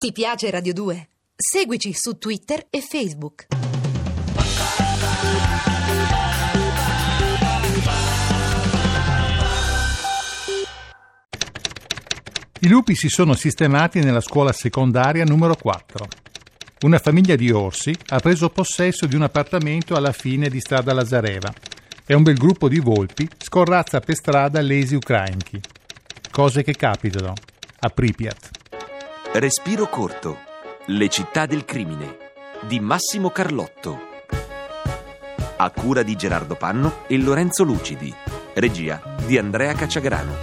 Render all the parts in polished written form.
Ti piace Radio 2? Seguici su Twitter e Facebook. I lupi si sono sistemati nella scuola secondaria numero 4. Una famiglia di orsi ha preso possesso di un appartamento alla fine di strada Lazareva e un bel gruppo di volpi scorrazza per strada lesi ucrainchi. Cose che capitano a Pripyat. Respiro corto. Le città del crimine di Massimo Carlotto. A cura di Gerardo Panno e Lorenzo Lucidi. Regia di Andrea Cacciagrano.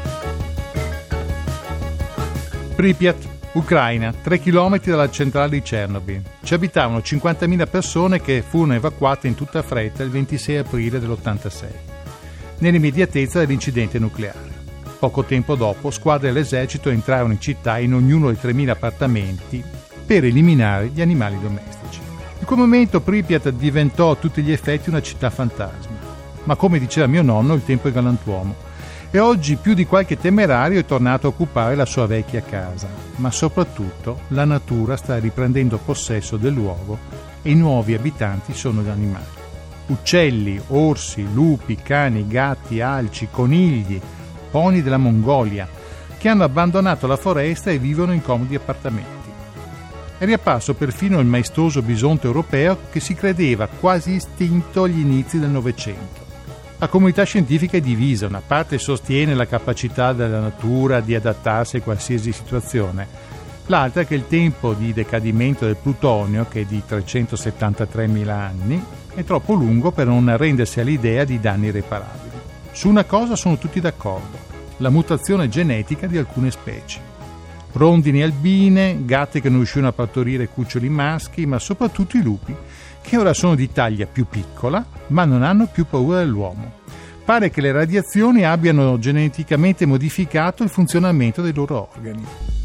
Pripyat, Ucraina, 3 chilometri dalla centrale di Chernobyl. Ci abitavano 50.000 persone che furono evacuate in tutta fretta il 26 aprile dell'86, nell'immediatezza dell'incidente nucleare. Poco tempo dopo, squadre dell'esercito entrarono in città in ognuno dei 3.000 appartamenti per eliminare gli animali domestici. In quel momento Pripyat diventò a tutti gli effetti una città fantasma. Ma come diceva mio nonno, il tempo è galantuomo. E oggi più di qualche temerario è tornato a occupare la sua vecchia casa. Ma soprattutto la natura sta riprendendo possesso del luogo e i nuovi abitanti sono gli animali. Uccelli, orsi, lupi, cani, gatti, alci, conigli, pony della Mongolia, che hanno abbandonato la foresta e vivono in comodi appartamenti. È riapparso perfino il maestoso bisonte europeo che si credeva quasi estinto agli inizi del Novecento. La comunità scientifica è divisa: una parte sostiene la capacità della natura di adattarsi a qualsiasi situazione, l'altra che il tempo di decadimento del plutonio, che è di 373.000 anni, è troppo lungo per non arrendersi all'idea di danni irreparabili. Su una cosa sono tutti d'accordo: la mutazione genetica di alcune specie. Rondini albine, gatte che non riuscivano a partorire cuccioli maschi, ma soprattutto i lupi, che ora sono di taglia più piccola, ma non hanno più paura dell'uomo. Pare che le radiazioni abbiano geneticamente modificato il funzionamento dei loro organi.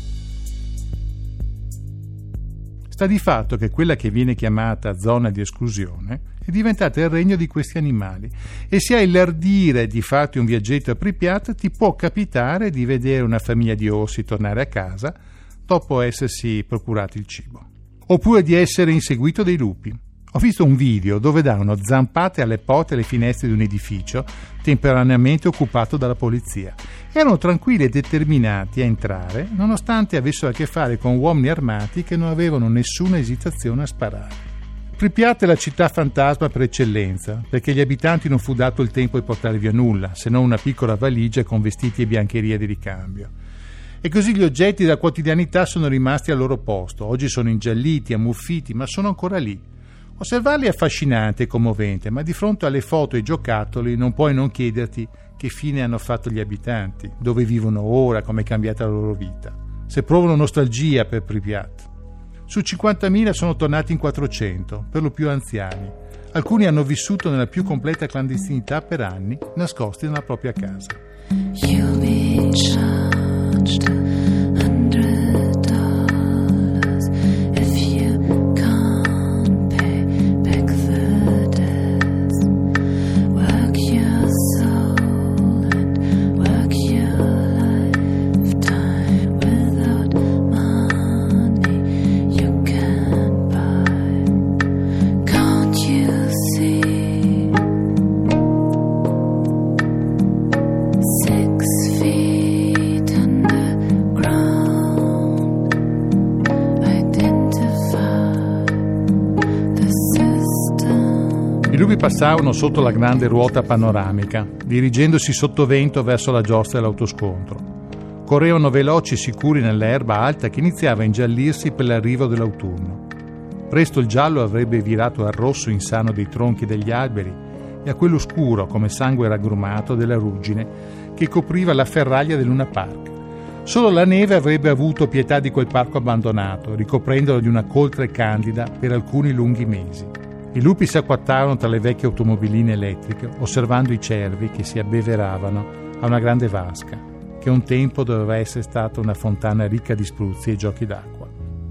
Sta di fatto che quella che viene chiamata zona di esclusione è diventata il regno di questi animali, e se hai l'ardire di farti un viaggetto a Pripyat ti può capitare di vedere una famiglia di orsi tornare a casa dopo essersi procurati il cibo, oppure di essere inseguito dai lupi. Ho visto un video dove davano zampate alle porte e alle finestre di un edificio temporaneamente occupato dalla polizia. Erano tranquilli e determinati a entrare, nonostante avessero a che fare con uomini armati che non avevano nessuna esitazione a sparare. Pripyat è la città fantasma per eccellenza, perché agli abitanti non fu dato il tempo di portare via nulla, se non una piccola valigia con vestiti e biancherie di ricambio. E così gli oggetti della quotidianità sono rimasti al loro posto. Oggi sono ingialliti, ammuffiti, ma sono ancora lì. Osservarli è affascinante e commovente, ma di fronte alle foto e ai giocattoli non puoi non chiederti che fine hanno fatto gli abitanti, dove vivono ora, come è cambiata la loro vita, se provano nostalgia per Pripyat. Su 50.000 sono tornati in 400, per lo più anziani. Alcuni hanno vissuto nella più completa clandestinità per anni, nascosti nella propria casa. You'll be charged $100 if you can't pay back the debts. Work your soul and work your lifetime without money you can't buy. Can't you see? 6 feet underground, identify the system. I lupi passavano sotto la grande ruota panoramica, dirigendosi sottovento verso la giostra dell'autoscontro. Correvano veloci e sicuri nell'erba alta che iniziava a ingiallirsi per l'arrivo dell'autunno. Presto il giallo avrebbe virato al rosso insano dei tronchi degli alberi e a quello scuro come sangue raggrumato della ruggine che copriva la ferraglia del Luna Park. Solo la neve avrebbe avuto pietà di quel parco abbandonato, ricoprendolo di una coltre candida per alcuni lunghi mesi. I lupi si acquattarono tra le vecchie automobiline elettriche, osservando i cervi che si abbeveravano a una grande vasca, che un tempo doveva essere stata una fontana ricca di spruzzi e giochi d'acqua.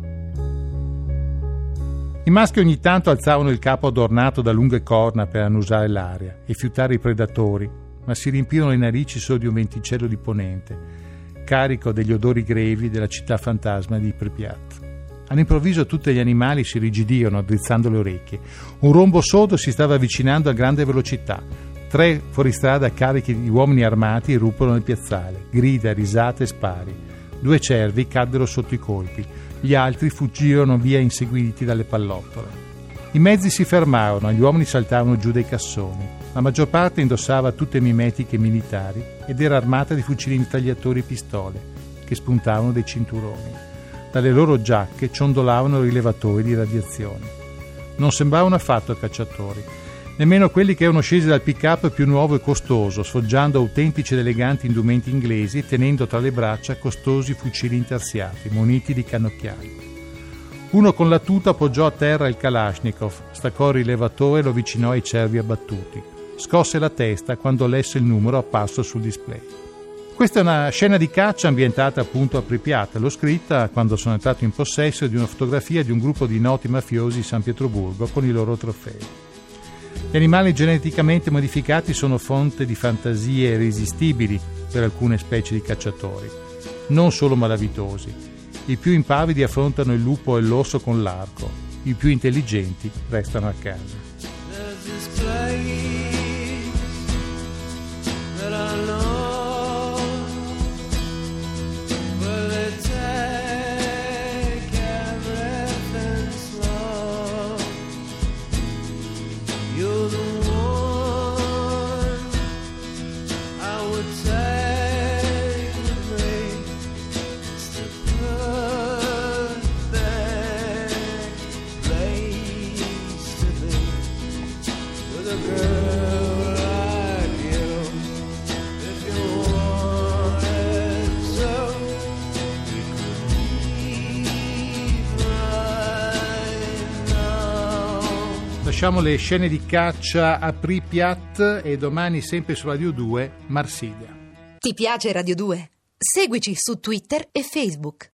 I maschi ogni tanto alzavano il capo adornato da lunghe corna per annusare l'aria e fiutare i predatori, ma si riempirono le narici solo di un venticello di ponente, carico degli odori grevi della città fantasma di Pripyat. All'improvviso tutti gli animali si rigidirono, drizzando le orecchie. Un rombo sordo si stava avvicinando a grande velocità. 3 fuoristrada carichi di uomini armati irruppero nel piazzale. Grida, risate e spari. 2 cervi caddero sotto i colpi. Gli altri fuggirono via inseguiti dalle pallottole. I mezzi si fermarono, gli uomini saltavano giù dai cassoni. La maggior parte indossava tutte mimetiche militari ed era armata di fucili mitragliatori e pistole che spuntavano dai cinturoni. Dalle loro giacche ciondolavano rilevatori di radiazione. Non sembravano affatto cacciatori, nemmeno quelli che erano scesi dal pick-up più nuovo e costoso, sfoggiando autentici ed eleganti indumenti inglesi e tenendo tra le braccia costosi fucili intarsiati, muniti di cannocchiali. Uno con la tuta appoggiò a terra il Kalashnikov, staccò il rilevatore e lo avvicinò ai cervi abbattuti. Scosse la testa quando lesse il numero apparso sul display. Questa è una scena di caccia ambientata appunto a Pripyat. L'ho scritta quando sono entrato in possesso di una fotografia di un gruppo di noti mafiosi di San Pietroburgo con i loro trofei. Gli animali geneticamente modificati sono fonte di fantasie irresistibili per alcune specie di cacciatori, non solo malavitosi. I più impavidi affrontano il lupo e l'orso con l'arco, i più intelligenti restano a casa. Lasciamo le scene di caccia a Pripyat e domani sempre su Radio 2 Marsiglia. Ti piace Radio 2? Seguici su Twitter e Facebook.